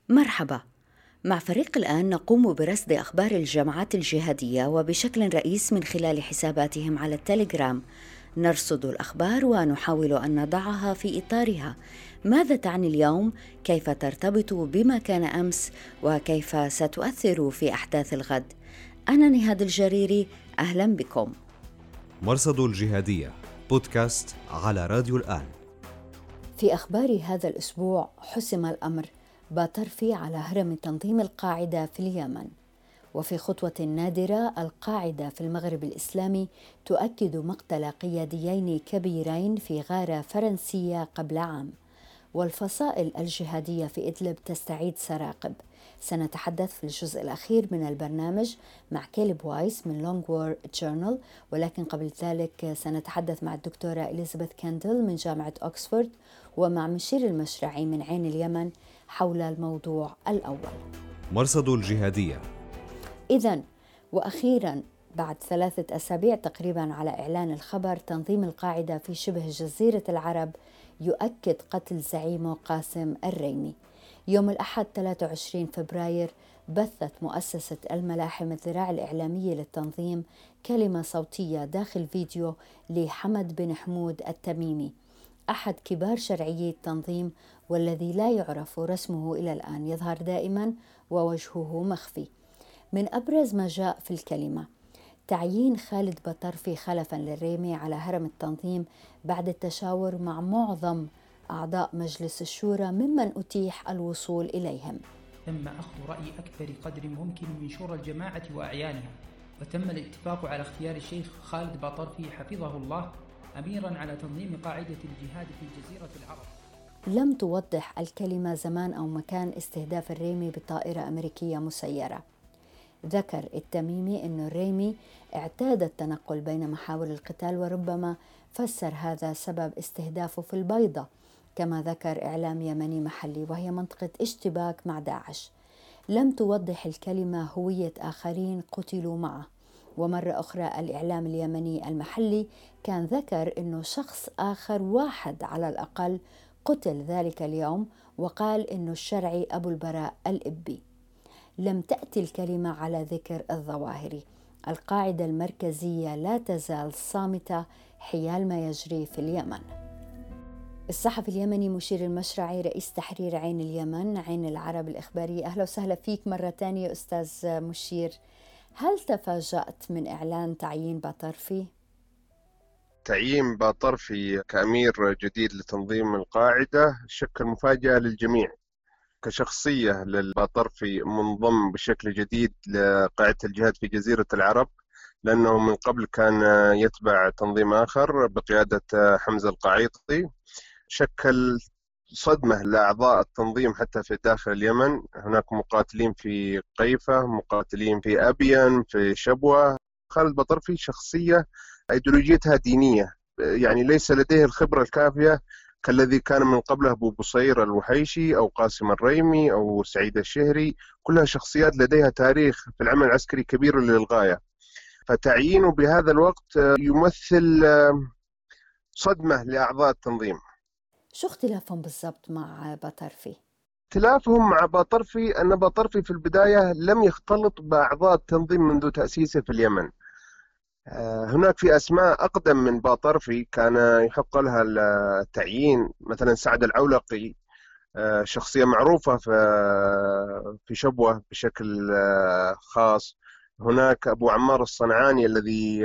مرحبا. مع فريق الآن نقوم برصد أخبار الجماعات الجهادية وبشكل رئيس من خلال حساباتهم على التليجرام. نرصد الأخبار ونحاول أن نضعها في إطارها. ماذا تعني اليوم؟ كيف ترتبط بما كان أمس؟ وكيف ستؤثر في أحداث الغد؟ أنا نهاد الجريري، أهلا بكم. مرصد الجهادية بودكاست على راديو الآن. في أخبار هذا الأسبوع، حسم الأمر بطرفي على هرم تنظيم القاعدة في اليمن. وفي خطوة نادرة، القاعدة في المغرب الإسلامي تؤكد مقتل قياديين كبيرين في غارة فرنسية قبل عام. والفصائل الجهادية في إدلب تستعيد سراقب. سنتحدث في الجزء الأخير من البرنامج مع كيليب وايس من لونج وور جورنال، ولكن قبل ذلك سنتحدث مع الدكتورة إليزابيث كاندل من جامعة أكسفورد ومع مشير المشرعي من عين اليمن حول الموضوع الأول. مرصد الجهادية. إذن وأخيراً، بعد 3 أسابيع تقريباً على إعلان الخبر، تنظيم القاعدة في شبه جزيرة العرب يؤكد قتل زعيمه قاسم الريمي. يوم الأحد 23 فبراير بثت مؤسسة الملاحم الذراع الإعلامية للتنظيم كلمة صوتية داخل فيديو لحمد بن حمود التميمي، أحد كبار شرعيي التنظيم والذي لا يعرف رسمه إلى الآن، يظهر دائما ووجهه مخفي. من أبرز ما جاء في الكلمة تعيين خالد بطرفي خلفا للريمي على هرم التنظيم بعد التشاور مع معظم أعضاء مجلس الشورى ممن أتيح الوصول إليهم. تم أخذ رأي أكبر قدر ممكن من شورى الجماعة وأعيانها، وتم الاتفاق على اختيار الشيخ خالد بطرفي حفظه الله أميرا على تنظيم قاعدة الجهاد في جزيرة العرب. لم توضح الكلمة زمان أو مكان استهداف الريمي بطائرة أمريكية مسيرة. ذكر التميمي أن الريمي اعتاد التنقل بين محاور القتال، وربما فسر هذا سبب استهدافه في البيضة، كما ذكر إعلام يمني محلي وهي منطقة اشتباك مع داعش. لم توضح الكلمة هوية آخرين قتلوا معه. ومرة أخرى الإعلام اليمني المحلي كان ذكر أنه شخص آخر واحد على الأقل قتل ذلك اليوم، وقال أنه الشرعي أبو البراء الإبي. لم تأتي الكلمة على ذكر الظواهري. القاعدة المركزية لا تزال صامتة حيال ما يجري في اليمن. الصحفي اليمني مشير المشرعي رئيس تحرير عين اليمن، عين العرب الإخبارية، أهلا وسهلا فيك مرة تانية أستاذ مشير. هل تفاجأت من إعلان تعيين بطرفي؟ تعيين بطرفي كأمير جديد لتنظيم القاعدة شكل مفاجأة للجميع. كشخصية للبطرفي منضم بشكل جديد لقاعدة الجهاد في جزيرة العرب، لأنه من قبل كان يتبع تنظيم آخر بقيادة حمزة القعيطي. شكل صدمة لأعضاء التنظيم حتى في داخل اليمن. هناك مقاتلين في قيفة، مقاتلين في أبين، في شبوة. خالد بطرفي شخصية أيديولوجيتها دينية، يعني ليس لديه الخبرة الكافية كالذي كان من قبله أبو بصير الوحيشي أو قاسم الريمي أو سعيد الشهري، كلها شخصيات لديها تاريخ في العمل العسكري كبير للغاية. فتعيينه بهذا الوقت يمثل صدمة لأعضاء التنظيم. شو اختلافهم بالضبط مع بطرفي؟ اختلافهم مع بطرفي أن بطرفي في البداية لم يختلط بأعضاء التنظيم منذ تأسيسه في اليمن. هناك في أسماء أقدم من بطرفي كان يحق لها التعيين، مثلا سعد العولقي، شخصية معروفة في شبوة بشكل خاص. هناك أبو عمار الصنعاني الذي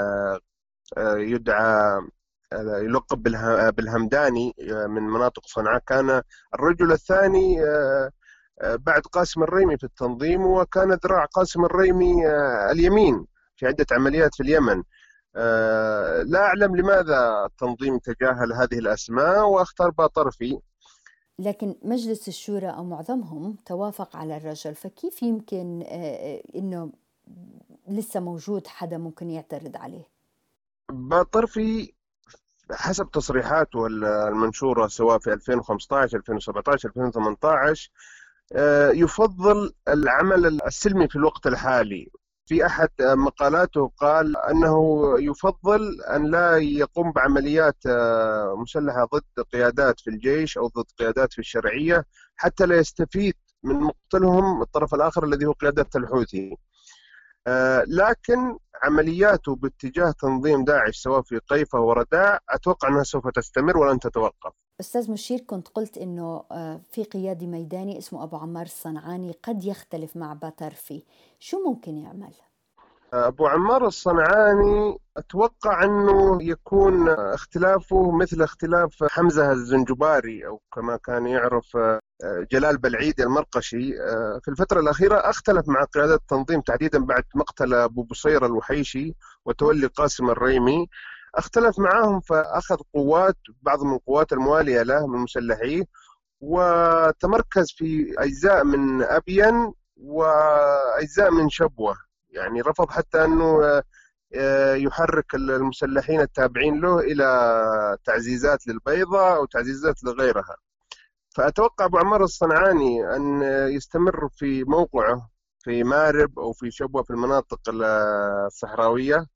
يدعى يلقب بالهمداني من مناطق صنعاء، كان الرجل الثاني بعد قاسم الريمي في التنظيم، وكان ذراع قاسم الريمي اليمين في عدة عمليات في اليمن. لا أعلم لماذا التنظيم تجاهل هذه الأسماء واختار بطرفي. لكن مجلس الشورى أو معظمهم توافق على الرجل، فكيف يمكن إنه لسه موجود حدا ممكن يعترض عليه؟ بطرفي حسب تصريحاته المنشورة سواء في 2015 2017 2018 يفضل العمل السلمي في الوقت الحالي. في أحد مقالاته قال أنه يفضل أن لا يقوم بعمليات مسلحة ضد قيادات في الجيش أو ضد قيادات في الشرعية حتى لا يستفيد من مقتلهم الطرف الآخر الذي هو قيادة الحوثي. لكن عملياته باتجاه تنظيم داعش سواء في قيفة ورداع أتوقع أنها سوف تستمر ولن تتوقف. أستاذ مشير، كنت قلت أنه في قيادي ميداني اسمه أبو عمار الصنعاني قد يختلف مع باترفي، شو ممكن يعمل؟ أبو عمار الصنعاني أتوقع أنه يكون اختلافه مثل اختلاف حمزة الزنجباري أو كما كان يعرف جلال بلعيد المرقشي. في الفترة الأخيرة اختلف مع قيادة التنظيم تحديدا بعد مقتل أبو بصير الوحيشي وتولي قاسم الريمي. اختلف معهم فأخذ قوات بعض من القوات الموالية له من مسلحيه، وتمركز في أجزاء من أبين وأجزاء من شبوة. يعني رفض حتى أنه يحرك المسلحين التابعين له إلى تعزيزات للبيضة أو تعزيزات لغيرها. فأتوقع أبو عمار الصنعاني أن يستمر في موقعه في مارب أو في شبوة في المناطق الصحراوية،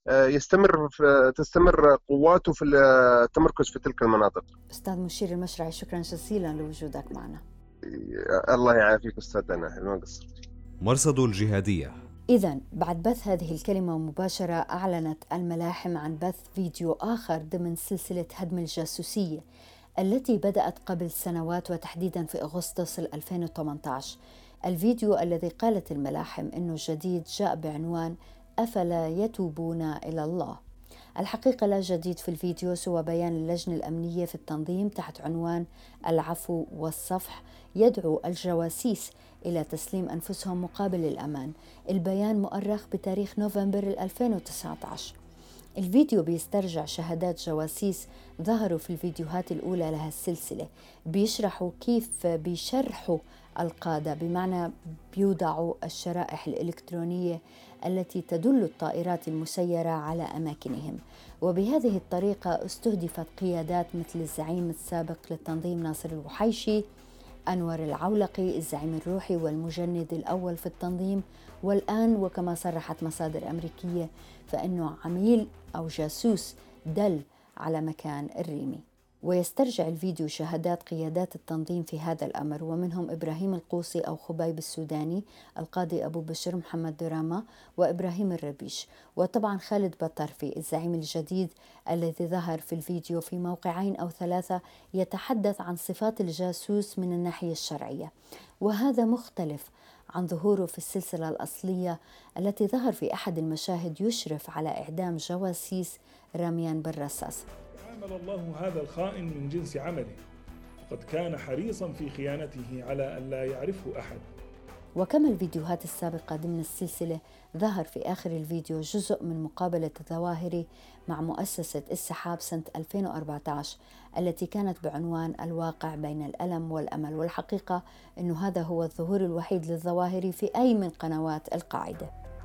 تستمر قواته في التمركز في تلك المناطق. أستاذ مشير المشرعي، شكرا جزيلا لوجودك معنا. الله يعافيك أستاذنا، ما قصرت. مرصد الجهادية. إذن بعد بث هذه الكلمة مباشرة، أعلنت الملاحم عن بث فيديو آخر ضمن سلسلة هدم الجاسوسية التي بدأت قبل سنوات وتحديدا في أغسطس 2018. الفيديو الذي قالت الملاحم إنه جديد جاء بعنوان أفلا يتوبون إلى الله. الحقيقة لا جديد في الفيديو سوى بيان اللجنة الأمنية في التنظيم تحت عنوان العفو والصفح يدعو الجواسيس إلى تسليم أنفسهم مقابل الأمان. البيان مؤرخ بتاريخ نوفمبر 2019. الفيديو بيسترجع شهادات جواسيس ظهروا في الفيديوهات الأولى لها السلسلة، بيشرحوا كيف بيشرحوا القادة، بمعنى بيوضعوا الشرائح الإلكترونية التي تدل الطائرات المسيرة على أماكنهم. وبهذه الطريقة استهدفت قيادات مثل الزعيم السابق للتنظيم ناصر الوحيشي، أنور العولقي الزعيم الروحي والمجند الأول في التنظيم، والآن وكما صرحت مصادر أمريكية فإنه عميل أو جاسوس دل على مكان الريمي. ويسترجع الفيديو شهادات قيادات التنظيم في هذا الأمر، ومنهم إبراهيم القوصي أو خبيب السوداني، القاضي أبو بشر محمد دراما، وإبراهيم الربيش، وطبعا خالد بطرفي الزعيم الجديد الذي ظهر في الفيديو في موقعين أو 3 يتحدث عن صفات الجاسوس من الناحية الشرعية، وهذا مختلف عن ظهوره في السلسلة الأصلية التي ظهر في أحد المشاهد يشرف على إعدام جواسيس راميا بالرصاص. عامل الله هذا الخائن من جنس عمله، وقد كان حريصا في خيانته على أن لا يعرفه أحد. وكما الفيديوهات السابقة ضمن السلسلة، ظهر في آخر الفيديو جزء من مقابلة الظواهري مع مؤسسة السحاب سنة 2014 التي كانت بعنوان الواقع بين الألم والأمل. والحقيقة أنه هذا هو الظهور الوحيد للظواهري في أي من قنوات القاعدة.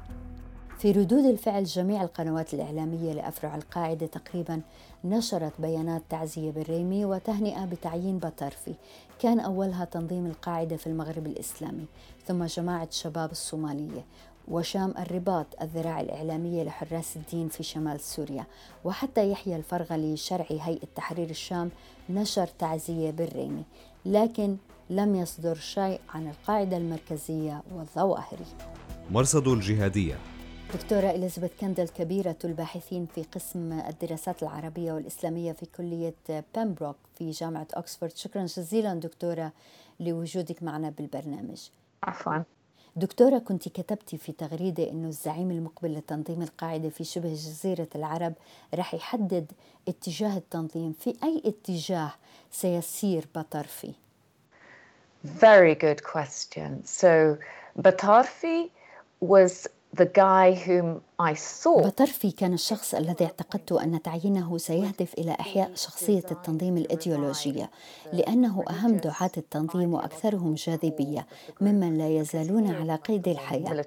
في ردود الفعل جميع القنوات الإعلامية لأفرع القاعدة تقريبا نشرت بيانات تعزية بالريمي وتهنئة بتعيين بطرفي، كان أولها تنظيم القاعدة في المغرب الإسلامي، ثم جماعة شباب الصومالية، وشام الرباط الذراع الإعلامية لحراس الدين في شمال سوريا، وحتى يحيى الفرغلي شرعي هيئة تحرير الشام نشر تعزية بالريمي، لكن لم يصدر شيء عن القاعدة المركزية والظواهري. مرصد الجهادية. دكتورة إليزابيث كندل، كبيرة الباحثين في قسم الدراسات العربية والإسلامية في كلية بيمبروك في جامعة أكسفورد، شكرا جزيلا دكتورة لوجودك معنا بالبرنامج. عفوا. دكتورة، كنت كتبتي في تغريدة أنه الزعيم المقبل لتنظيم القاعدة في شبه جزيرة العرب رح يحدد اتجاه التنظيم. في أي اتجاه سيسير بطرفي؟ Very good question. So Batarfi was the guy whom I thought. بطرفي كان الشخص الذي اعتقدت أن تعيينه سيهدف إلى إحياء شخصية التنظيم الإيديولوجية، لأنه أهم دعاة التنظيم وأكثرهم جاذبية ممن لا يزالون على قيد الحياة.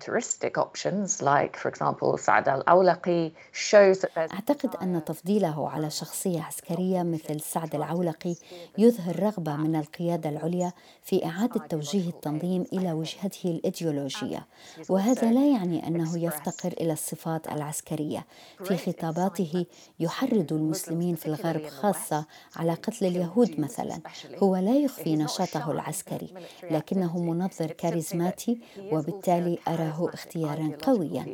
أعتقد أن تفضيله على شخصية عسكرية مثل سعد العولقي يظهر رغبة من القيادة العليا في إعادة توجيه التنظيم إلى وجهته الإيديولوجية، وهذا لا يعني أنه يفتقر إلى الصفات الصفات العسكرية. في خطاباته يحرض المسلمين في الغرب خاصة على قتل اليهود مثلا. هو لا يخفي نشاطه العسكري، لكنه منظر كاريزماتي، وبالتالي أراه اختيارا قويا.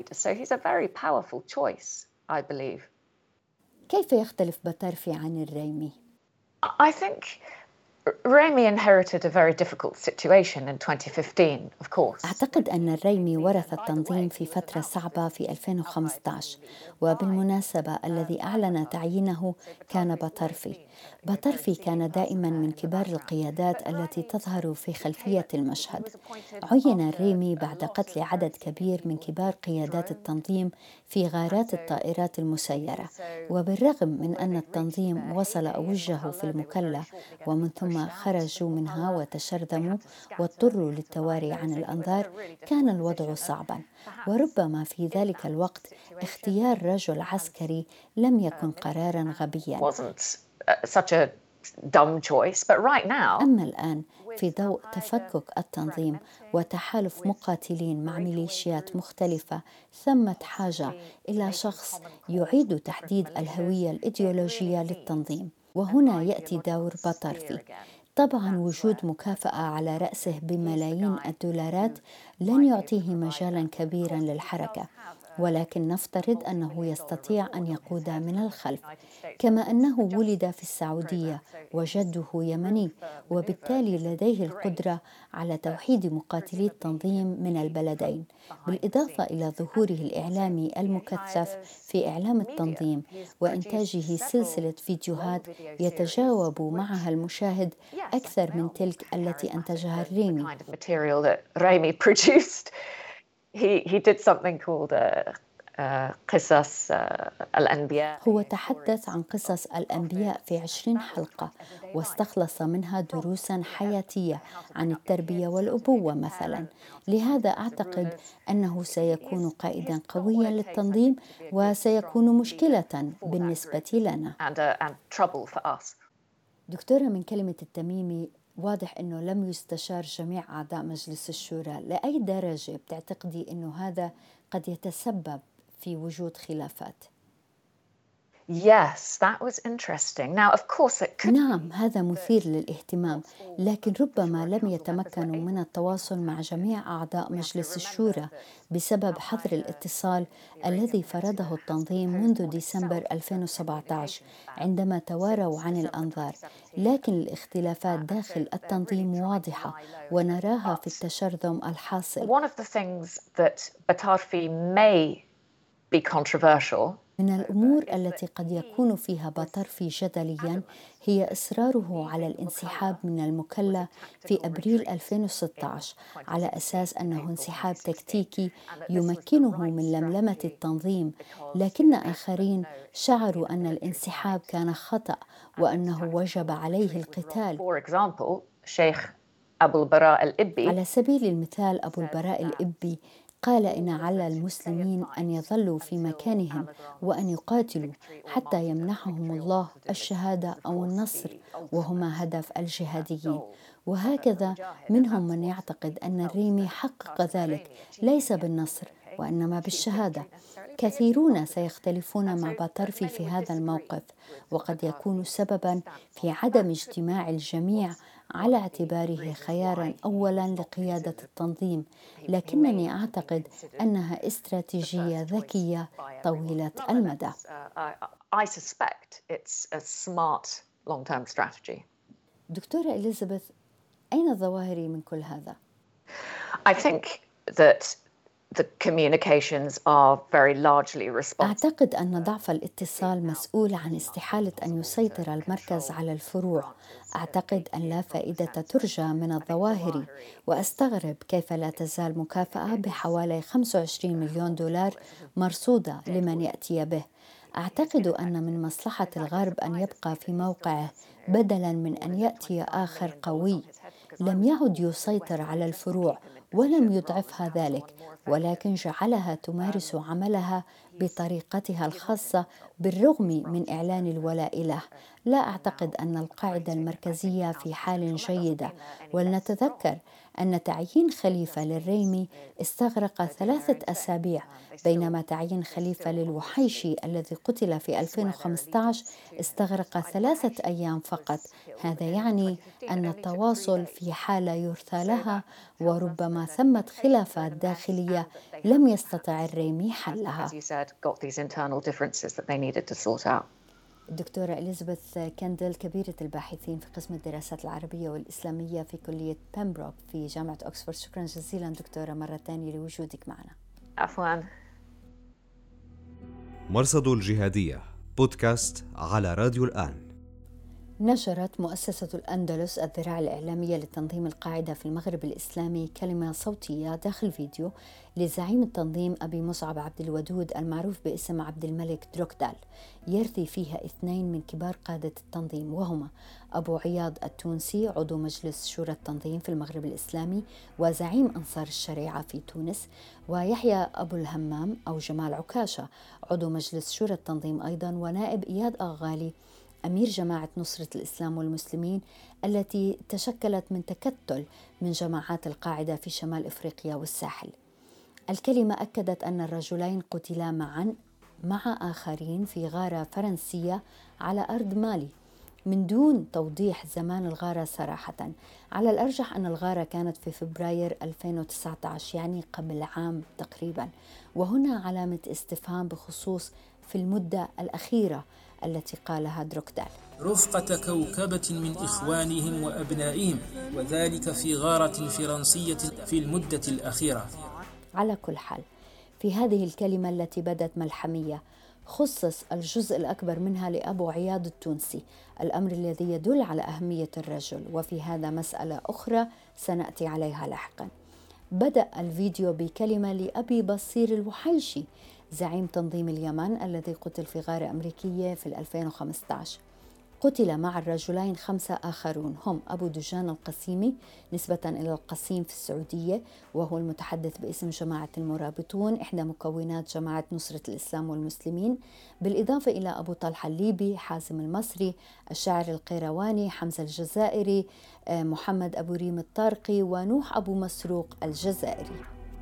كيف يختلف بطرفي عن الريمي؟ I think Remy inherited a very difficult situation in 2015, of course. أعتقد أن الريمي ورث التنظيم في فترة صعبة في 2015، وبالمناسبة الذي أعلن تعيينه كان بطرفي. بطرفي كان دائما من كبار القيادات التي تظهر في خلفية المشهد. عين الريمي بعد قتل عدد كبير من كبار قيادات التنظيم في غارات الطائرات المسيرة، وبالرغم من أن التنظيم وصل أوجه في المكلا ومن ثم خرجوا منها وتشرذموا واضطروا للتواري عن الأنظار، كان الوضع صعبا. وربما في ذلك الوقت اختيار رجل عسكري لم يكن قرارا غبيا. أما الآن في ضوء تفكك التنظيم وتحالف مقاتلين مع ميليشيات مختلفة، ثمة حاجة إلى شخص يعيد تحديد الهوية الإيديولوجية للتنظيم، وهنا يأتي دور بطرفي. طبعا وجود مكافأة على رأسه بملايين الدولارات لن يعطيه مجالا كبيرا للحركة، ولكن نفترض أنه يستطيع أن يقود من الخلف. كما أنه ولد في السعودية وجده يمني، وبالتالي لديه القدرة على توحيد مقاتلي التنظيم من البلدين، بالإضافة إلى ظهوره الإعلامي المكثف في إعلام التنظيم وإنتاجه سلسلة فيديوهات يتجاوب معها المشاهد أكثر من تلك التي أنتجها الريمي. He did something called قصص الأنبياء. هو تحدث عن قصص الأنبياء في 20 حلقة، واستخلص منها دروسا حياتية عن التربية والأبوة مثلا. لهذا أعتقد أنه سيكون قائدا قويا للتنظيم، وسيكون مشكلة بالنسبة لنا. دكتورة، من كلمة التميمي واضح أنه لم يستشار جميع أعضاء مجلس الشورى. لأي درجة بتعتقدي أنه هذا قد يتسبب في وجود خلافات؟ Yes, that was interesting. Now, of course, it could. نعم، هذا مثير للاهتمام، لكن ربما لم يتمكنوا من التواصل مع جميع أعضاء مجلس الشورى بسبب حظر الاتصال الذي فرضه التنظيم منذ ديسمبر 2017 عندما تواروا عن الأنظار. لكن الاختلافات داخل التنظيم واضحة ونراها في التشرذم الحاصل. One of the things that Batarfi may be controversial. من الأمور التي قد يكون فيها بطرفي جدليا هي إصراره على الانسحاب من المكلا في أبريل 2016 على أساس أنه انسحاب تكتيكي يمكنه من لملمة التنظيم، لكن آخرين شعروا أن الانسحاب كان خطأ وأنه وجب عليه القتال. شيخ أبو البراء الإبي على سبيل المثال، أبو البراء الإبي قال إن على المسلمين أن يظلوا في مكانهم وأن يقاتلوا حتى يمنحهم الله الشهادة أو النصر، وهما هدف الجهاديين. وهكذا منهم من يعتقد أن الريمي حقق ذلك ليس بالنصر وإنما بالشهادة. كثيرون سيختلفون مع بطرفي في هذا الموقف، وقد يكون سببا في عدم اجتماع الجميع على اعتباره خيارا أولا لقيادة التنظيم، لكنني أعتقد أنها استراتيجية ذكية طويلة المدى. دكتورة إليزابيث، أين الظواهر من كل هذا؟ I think that the communications are very largely responsible. أعتقد أن ضعف الاتصال مسؤول عن استحالة أن يسيطر المركز على الفروع. أعتقد أن لا فائدة ترجى من الظواهر، وأستغرب كيف لا تزال مكافأة بحوالي 25 مليون دولار مرصودة لمن يأتي به. أعتقد أن من مصلحة الغرب أن يبقى في موقعه بدلاً من أن يأتي آخر قوي. لم يعد يسيطر على الفروع، ولم يضعفها ذلك، ولكن جعلها تمارس عملها بطريقتها الخاصة بالرغم من إعلان الولاء له. لا أعتقد أن القاعدة المركزية في حال جيدة، ولنتذكر أن تعيين خليفة للريمي استغرق 3 أسابيع، بينما تعيين خليفة للوحيشي الذي قتل في 2015 استغرق 3 أيام فقط. هذا يعني أن التواصل في حالة يرثى لها، وربما ثمة خلافات داخلية لم يستطع الريمي حلها. الدكتورة إليزابيث كندل، كبيرة الباحثين في قسم الدراسات العربية والإسلامية في كلية بيمبروك في جامعة أكسفورد، شكرا جزيلا دكتورة مرة ثانية لوجودك معنا. عفوا. مرصد الجهادية بودكاست على راديو الآن. نشرت مؤسسة الأندلس الذراع الإعلامية لتنظيم القاعدة في المغرب الإسلامي كلمة صوتية داخل فيديو لزعيم التنظيم أبي مصعب عبد الودود المعروف باسم عبد الملك دروكدال، يرثي فيها 2 من كبار قادة التنظيم، وهما أبو عياض التونسي عضو مجلس شورى التنظيم في المغرب الإسلامي وزعيم أنصار الشريعة في تونس، ويحيى أبو الهمام أو جمال عكاشة عضو مجلس شورى التنظيم أيضا، ونائب إياد أغالي أمير جماعة نصرة الإسلام والمسلمين التي تشكلت من تكتل من جماعات القاعدة في شمال إفريقيا والساحل. الكلمة أكدت أن الرجلين قتلا معا مع آخرين في غارة فرنسية على أرض مالي، من دون توضيح زمان الغارة صراحة. على الأرجح أن الغارة كانت في فبراير 2019، يعني قبل عام تقريبا، وهنا علامة استفهام بخصوص في المدة الأخيرة التي قالها دروكدال. رفقة كوكبة من إخوانهم وأبنائهم، وذلك في غارة فرنسية في المدة الأخيرة. على كل حال، في هذه الكلمة التي بدت ملحمية خصص الجزء الأكبر منها لأبو عياض التونسي، الأمر الذي يدل على أهمية الرجل، وفي هذا مسألة أخرى سنأتي عليها لاحقا. بدأ الفيديو بكلمة لأبي بصير الوحيشي زعيم تنظيم اليمن الذي قتل في غارة أمريكية في 2015. قتل مع الرجلين 5 آخرون، هم أبو دجان القسيمي نسبة إلى القسيم في السعودية، وهو المتحدث باسم جماعة المرابطون إحدى مكونات جماعة نصرة الإسلام والمسلمين، بالإضافة إلى أبو طلحة الليبي، حازم المصري، الشاعر القيرواني، حمزة الجزائري، محمد أبو ريم الطارقي، ونوح أبو مسروق الجزائري.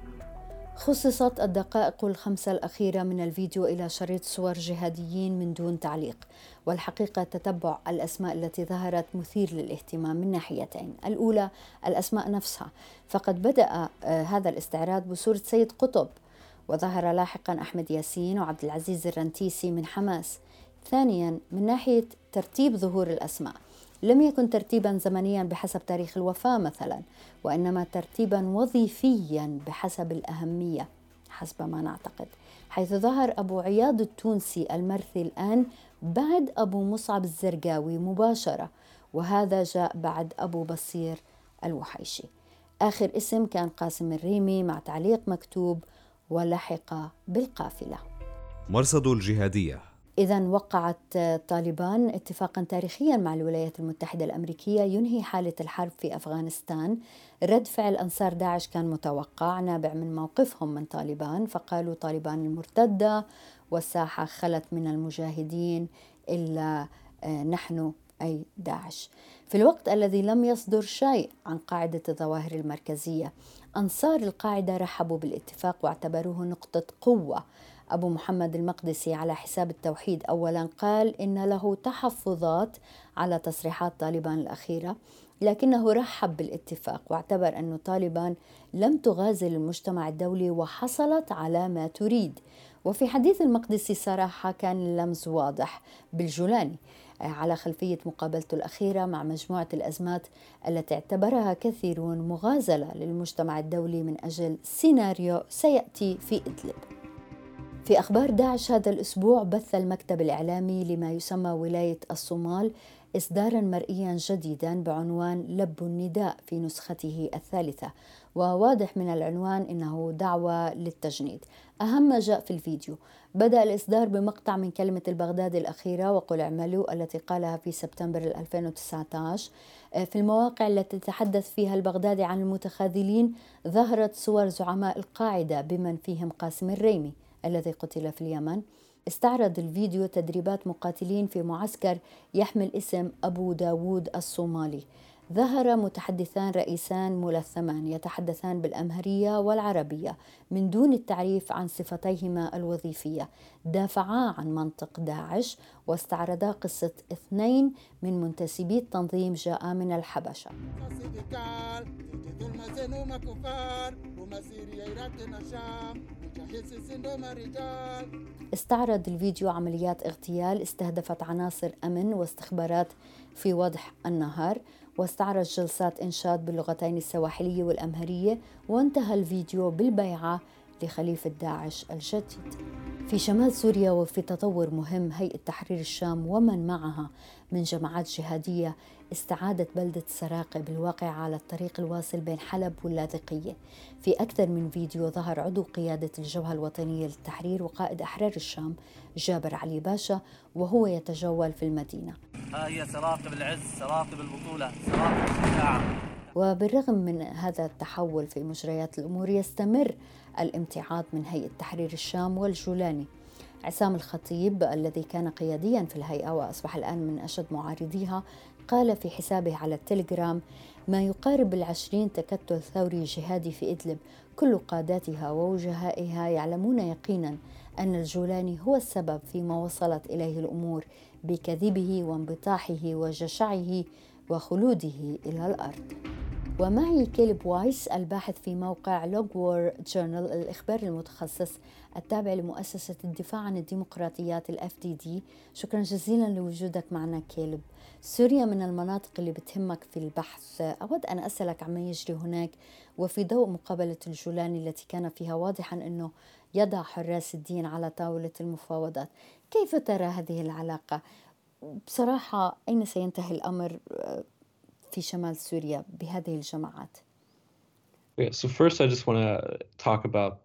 خصصت الدقائق 5 الأخيرة من الفيديو إلى شريط صور جهاديين من دون تعليق، والحقيقة تتبع الأسماء التي ظهرت مثير للاهتمام من ناحيتين. الأولى الأسماء نفسها، فقد بدأ هذا الاستعراض بصورة سيد قطب، وظهر لاحقا أحمد ياسين وعبد العزيز الرنتيسي من حماس. ثانيا من ناحية ترتيب ظهور الأسماء، لم يكن ترتيبا زمنيا بحسب تاريخ الوفاة مثلا، وإنما ترتيبا وظيفيا بحسب الأهمية حسب ما نعتقد، حيث ظهر أبو عياض التونسي المرثي الآن بعد أبو مصعب الزرقاوي مباشرة، وهذا جاء بعد أبو بصير الوحيشي. آخر اسم كان قاسم الريمي مع تعليق مكتوب ولحق بالقافلة. مرصد الجهادية. إذن وقعت طالبان اتفاقا تاريخيا مع الولايات المتحدة الأمريكية ينهي حالة الحرب في أفغانستان. رد فعل أنصار داعش كان متوقع، نابع من موقفهم من طالبان، فقالوا طالبان المرتدة والساحة خلت من المجاهدين إلا نحن أي داعش. في الوقت الذي لم يصدر شيء عن قاعدة الظواهر المركزية، أنصار القاعدة رحبوا بالاتفاق واعتبروه نقطة قوة. أبو محمد المقدسي على حساب التوحيد أولا قال إن له تحفظات على تصريحات طالبان الأخيرة، لكنه رحب بالاتفاق واعتبر أن طالبان لم تغازل المجتمع الدولي وحصلت على ما تريد. وفي حديث المقدسي صراحة كان اللمز واضح بالجولاني على خلفية مقابلته الأخيرة مع مجموعة الأزمات التي اعتبرها كثيرون مغازلة للمجتمع الدولي من أجل سيناريو سيأتي في إدلب. في أخبار داعش هذا الأسبوع، بث المكتب الإعلامي لما يسمى ولاية الصومال إصدارا مرئيا جديدا بعنوان لب النداء في نسخته الثالثة، وواضح من العنوان إنه دعوة للتجنيد. أهم ما جاء في الفيديو: بدأ الإصدار بمقطع من كلمة البغدادي الأخيرة وقل اعملوا التي قالها في سبتمبر 2019. في المواقع التي تحدث فيها البغدادي عن المتخاذلين ظهرت صور زعماء القاعدة بمن فيهم قاسم الريمي الذي قتل في اليمن. استعرض الفيديو تدريبات مقاتلين في معسكر يحمل اسم أبو داود الصومالي. ظهر متحدثان رئيسان ملثمان يتحدثان بالأمهرية والعربية من دون التعريف عن صفتيهما الوظيفية، دافعا عن منطق داعش واستعرضا قصة 2 من منتسبي التنظيم جاء من الحبشة. استعرض الفيديو عمليات اغتيال استهدفت عناصر أمن واستخبارات في وضح النهار، واستعرض جلسات إنشاد باللغتين السواحلية والأمهرية، وانتهى الفيديو بالبيعة لخليفة داعش الجديد. في شمال سوريا وفي تطور مهم، هيئة تحرير الشام ومن معها من جماعات جهادية استعادت بلدة سراقة بالواقع على الطريق الواصل بين حلب واللاذقية. في أكثر من فيديو ظهر عضو قيادة الجبهة الوطنية للتحرير وقائد أحرار الشام جابر علي باشا وهو يتجول في المدينة. ها هي سراقة بالعز، سراقة بالبطولة، سراقة بالشجاعة. وبالرغم من هذا التحول في مجريات الأمور يستمر الامتعاض من هيئة تحرير الشام والجولاني. عصام الخطيب الذي كان قياديا في الهيئة وأصبح الآن من أشد معارضيها قال في حسابه على التليجرام: ما يقارب 20 تكتل ثوري جهادي في إدلب، كل قاداتها ووجهائها يعلمون يقينا أن الجولاني هو السبب فيما وصلت إليه الأمور بكذبه وانبطاحه وجشعه وخلوده إلى الأرض. ومعي كيلب وايس الباحث في موقع لوج وور جورنال الإخبار المتخصص التابع لمؤسسة الدفاع عن الديمقراطيات FDD. شكرا جزيلا لوجودك معنا كيلب. سوريا من المناطق اللي بتهمك في البحث، أود أن أسألك عما يجري هناك وفي ضوء مقابلة الجولاني التي كان فيها واضحا أنه يضع حراس الدين على طاولة المفاوضات. كيف ترى هذه العلاقة؟ بصراحة أين سينتهي الأمر في شمال سوريا بهذه الجماعات؟ So first I just want to talk about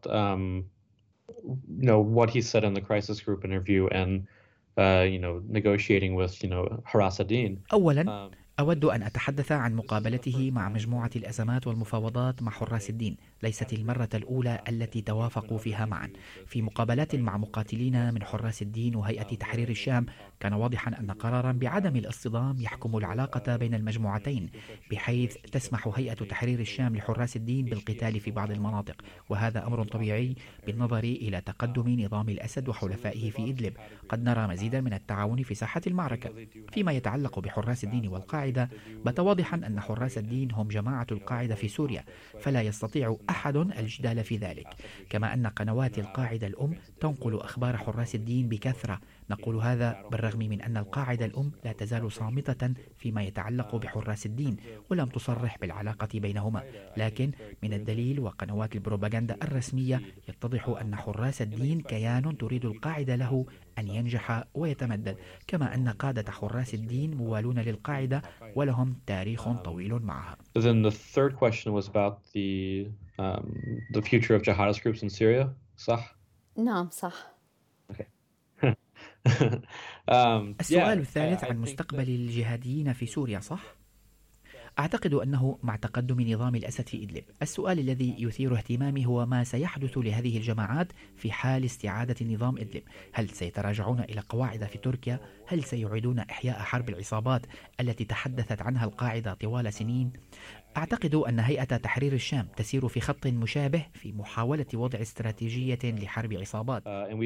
what he said in the crisis group interview and negotiating with Haras ad-Din. أولا أود أن أتحدث عن مقابلته مع مجموعة الأزمات والمفاوضات مع حراس الدين. ليست المرة الأولى التي توافقوا فيها معا. في مقابلات مع مقاتلين من حراس الدين وهيئة تحرير الشام كان واضحا أن قرارا بعدم الاصطدام يحكم العلاقة بين المجموعتين، بحيث تسمح هيئة تحرير الشام لحراس الدين بالقتال في بعض المناطق، وهذا أمر طبيعي بالنظر إلى تقدم نظام الأسد وحلفائه في إدلب. قد نرى مزيدا من التعاون في ساحة المعركة. فيما يتعلق بحراس الدين والقاعدة، بات واضحا أن حراس الدين هم جماعة القاعدة في سوريا، فلا يستطيع أحد الجدال في ذلك. كما أن قنوات القاعدة الأم تنقل أخبار حراس الدين بكثرة. نقول هذا بالرغم من أن القاعدة الأم لا تزال صامتة فيما يتعلق بحراس الدين ولم تصرح بالعلاقة بينهما، لكن من الدليل وقنوات البروباغندا الرسمية يتضح أن حراس الدين كيان تريد القاعدة له أن ينجح ويتمدد، كما أن قادة حراس الدين موالون للقاعدة ولهم تاريخ طويل معها. Then the third question was about the future of jihadist groups in Syria. صح؟ نعم صح. السؤال الثالث عن مستقبل الجهاديين في سوريا، صح؟ أعتقد أنه مع تقدم نظام الأسد في إدلب، السؤال الذي يثير اهتمامي هو ما سيحدث لهذه الجماعات في حال استعادة نظام إدلب. هل سيتراجعون إلى قواعد في تركيا؟ هل سيعيدون إحياء حرب العصابات التي تحدثت عنها القاعدة طوال سنين؟ أعتقد أن هيئة تحرير الشام تسير في خط مشابه في محاولة وضع استراتيجية لحرب عصابات.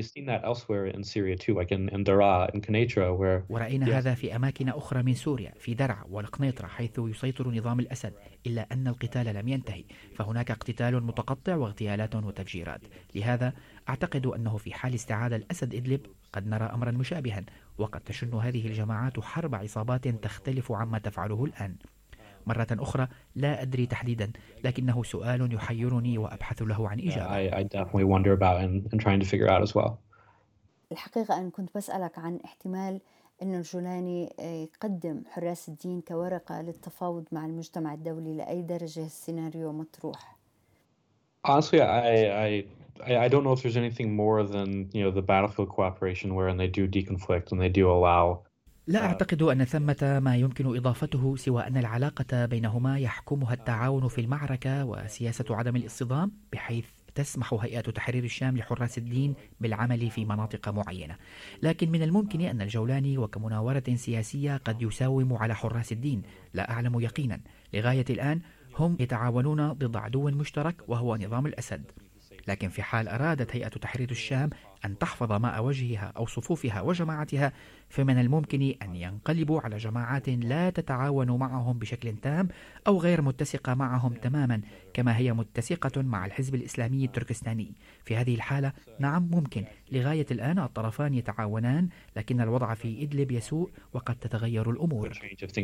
ورأينا هذا في أماكن أخرى من سوريا، في درعا والقنيطرة حيث يسيطر نظام الأسد، إلا أن القتال لم ينتهي، فهناك اقتتال متقطع واغتيالات وتفجيرات. لهذا أعتقد أنه في حال استعادة الأسد إدلب قد نرى أمرا مشابها، وقد تشن هذه الجماعات حرب عصابات تختلف عما تفعله الآن. مرة أخرى لا أدري تحديدا، لكنه سؤال يحيرني وأبحث له عن إجابة. I definitely wonder about and trying to figure out as well. الحقيقة أنا كنت بسألك عن احتمال أن الجولاني يقدم حراس الدين كورقة للتفاوض مع المجتمع الدولي؟ لأي درجة السيناريو مطروح؟ Honestly, I don't know if there's anything more than, the battlefield cooperation wherein they do deconflict and they do allow. لا أعتقد أن ثمة ما يمكن إضافته سوى أن العلاقة بينهما يحكمها التعاون في المعركة وسياسة عدم الاصطدام، بحيث تسمح هيئة تحرير الشام لحراس الدين بالعمل في مناطق معينة. لكن من الممكن أن الجولاني وكمناورة سياسية قد يساوم على حراس الدين، لا أعلم يقينا. لغاية الآن هم يتعاونون ضد عدو مشترك وهو نظام الأسد. لكن في حال أرادت هيئة تحرير الشام أن تحفظ ماء وجهها أو صفوفها وجماعتها، فمن الممكن أن ينقلبوا على جماعات لا تتعاون معهم بشكل تام أو غير متسقة معهم تماما، كما هي متسقة مع الحزب الإسلامي التركستاني. في هذه الحالة نعم ممكن. لغاية الآن الطرفان يتعاونان، لكن الوضع في إدلب يسوء وقد تتغير الأمور.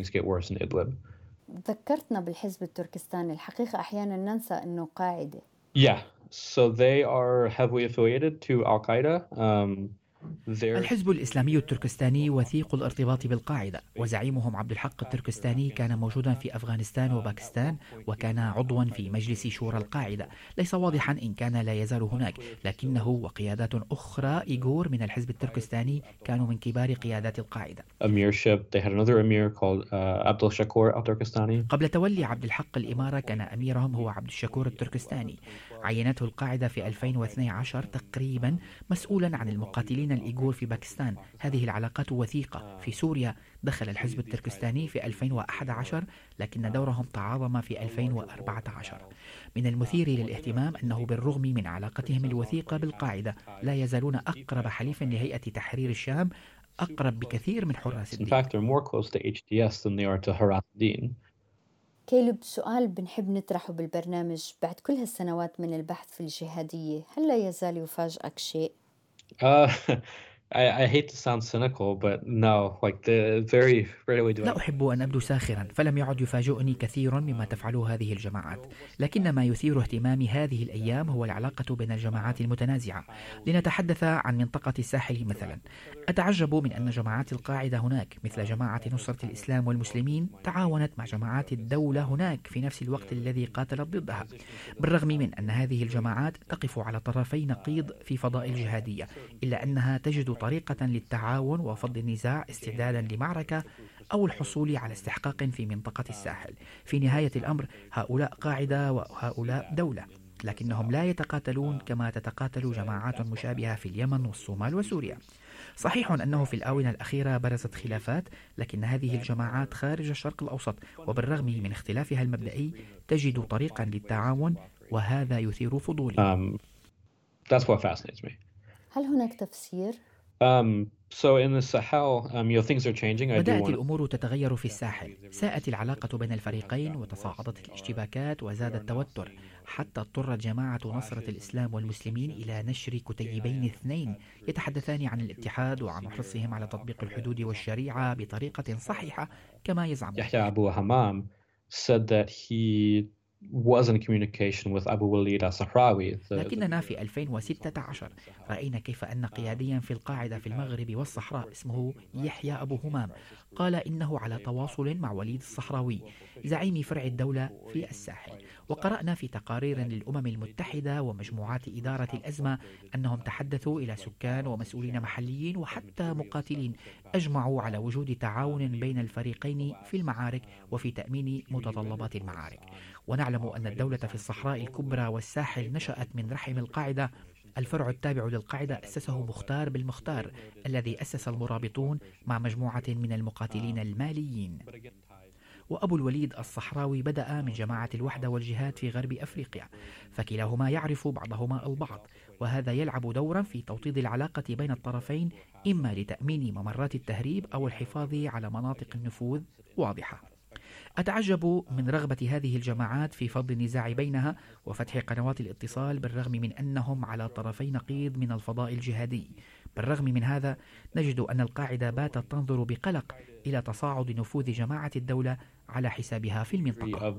ذكرتنا بالحزب التركستاني. الحقيقة أحيانا ننسى أنه قاعدة. Yeah, so they are heavily affiliated to Al-Qaeda. الحزب الإسلامي التركستاني وثيق الارتباط بالقاعدة، وزعيمهم عبد الحق التركستاني كان موجودا في أفغانستان وباكستان، وكان عضوا في مجلس شورى القاعدة. ليس واضحا إن كان لا يزال هناك، لكنه وقيادات أخرى إيغور من الحزب التركستاني كانوا من كبار قيادات القاعدة. They had another emir called Abdul Shakur al-Turkestani. قبل تولي عبد الحق الإمارة كان أميرهم هو عبد الشكور التركستاني. عينته القاعدة في 2012 تقريبا مسؤولا عن المقاتلين الإيغور في باكستان. هذه العلاقات وثيقة. في سوريا دخل الحزب التركستاني في 2011، لكن دورهم تعاظم في 2014. من المثير للاهتمام أنه بالرغم من علاقتهم الوثيقة بالقاعدة لا يزالون أقرب حليف لهيئة تحرير الشام، أقرب بكثير من حراس الدين. كيلب، سؤال بنحب نطرحه بالبرنامج: بعد كل هالسنوات من البحث في الجهادية، هل لا يزال يفاجئك شيء؟ I hate to sound cynical, but no, very rarely do I. لا أحب أن أبدو ساخرا، فلم يعد يفاجئني كثير مما تفعله هذه الجماعات، لكن ما يثير اهتمامي هذه الأيام هو العلاقة بين الجماعات المتنازعة. لنتحدث عن منطقة الساحل مثلا. أتعجب من أن جماعات القاعدة هناك مثل جماعة نصرة الإسلام والمسلمين تعاونت مع جماعات الدولة هناك في نفس الوقت الذي قاتلت ضدها، بالرغم من أن هذه الجماعات تقف على طرفي نقيض في فضاء الجهادية، إلا أنها تجد طريقة للتعاون وفض النزاع استعدادا لمعركة أو الحصول على استحقاق في منطقة الساحل. في نهاية الأمر هؤلاء قاعدة وهؤلاء دولة، لكنهم لا يتقاتلون كما تتقاتل جماعات مشابهة في اليمن والصومال وسوريا. صحيح أنه في الآونة الأخيرة برزت خلافات، لكن هذه الجماعات خارج الشرق الأوسط وبالرغم من اختلافها المبدئي تجد طريقا للتعاون، وهذا يثير فضولي. That's what fascinates me. هل هناك تفسير؟ So in the Sahel, things are changing. بدأت الأمور تتغير في الساحل. ساءت العلاقة بين الفريقين وتصاعدت الاشتباكات وزاد التوتر، حتى اضطرت جماعة نصرة الإسلام والمسلمين إلى نشر كتيبين اثنين يتحدثان عن الاتحاد وعن حرصهم على تطبيق الحدود والشريعة بطريقة صحيحة كما يزعم. يحيى أبو همام said that he was in communication with Abu Walid al-Sahrawi. لكننا في 2016 رأينا كيف أن قياديا في القاعدة في المغرب والصحراء اسمه يحيى أبو همام قال إنه على تواصل مع وليد الصحراوي زعيم فرع الدولة في الساحل. وقرأنا في تقارير للأمم المتحدة ومجموعات إدارة الأزمة أنهم تحدثوا إلى سكان ومسؤولين محليين وحتى مقاتلين، أجمعوا على وجود تعاون بين الفريقين في المعارك وفي تأمين متطلبات المعارك. ونعلم أن الدولة في الصحراء الكبرى والساحل نشأت من رحم القاعدة. الفرع التابع للقاعدة أسسه مختار بالمختار الذي أسس المرابطون مع مجموعة من المقاتلين الماليين. وأبو الوليد الصحراوي بدأ من جماعة الوحدة والجهاد في غرب أفريقيا، فكلاهما يعرف بعضهما البعض، وهذا يلعب دورا في توطيد العلاقة بين الطرفين، إما لتأمين ممرات التهريب أو الحفاظ على مناطق النفوذ واضحة. أتعجب من رغبة هذه الجماعات في فض النزاع بينها وفتح قنوات الاتصال بالرغم من أنهم على طرفي نقيض من الفضاء الجهادي. بالرغم من هذا نجد أن القاعدة باتت تنظر بقلق إلى تصاعد نفوذ جماعة الدولة على حسابها في المنطقة.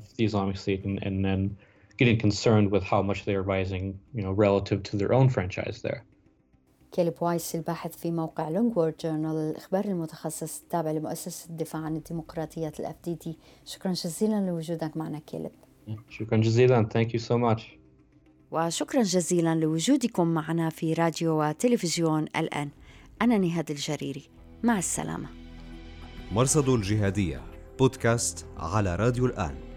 كيليب وايس الباحث في موقع لونجورد جورنال الإخباري المتخصص التابع لمؤسسة الدفاع عن الديمقراطية الFDD. شكرا جزيلا لوجودك معنا كيليب. شكرا جزيلا. Thank you so much. وشكرا جزيلا لوجودكم معنا في راديو وتلفزيون الآن. أنا نهاد الجريري، مع السلامة. مرصد الجهادية بودكاست على راديو الآن.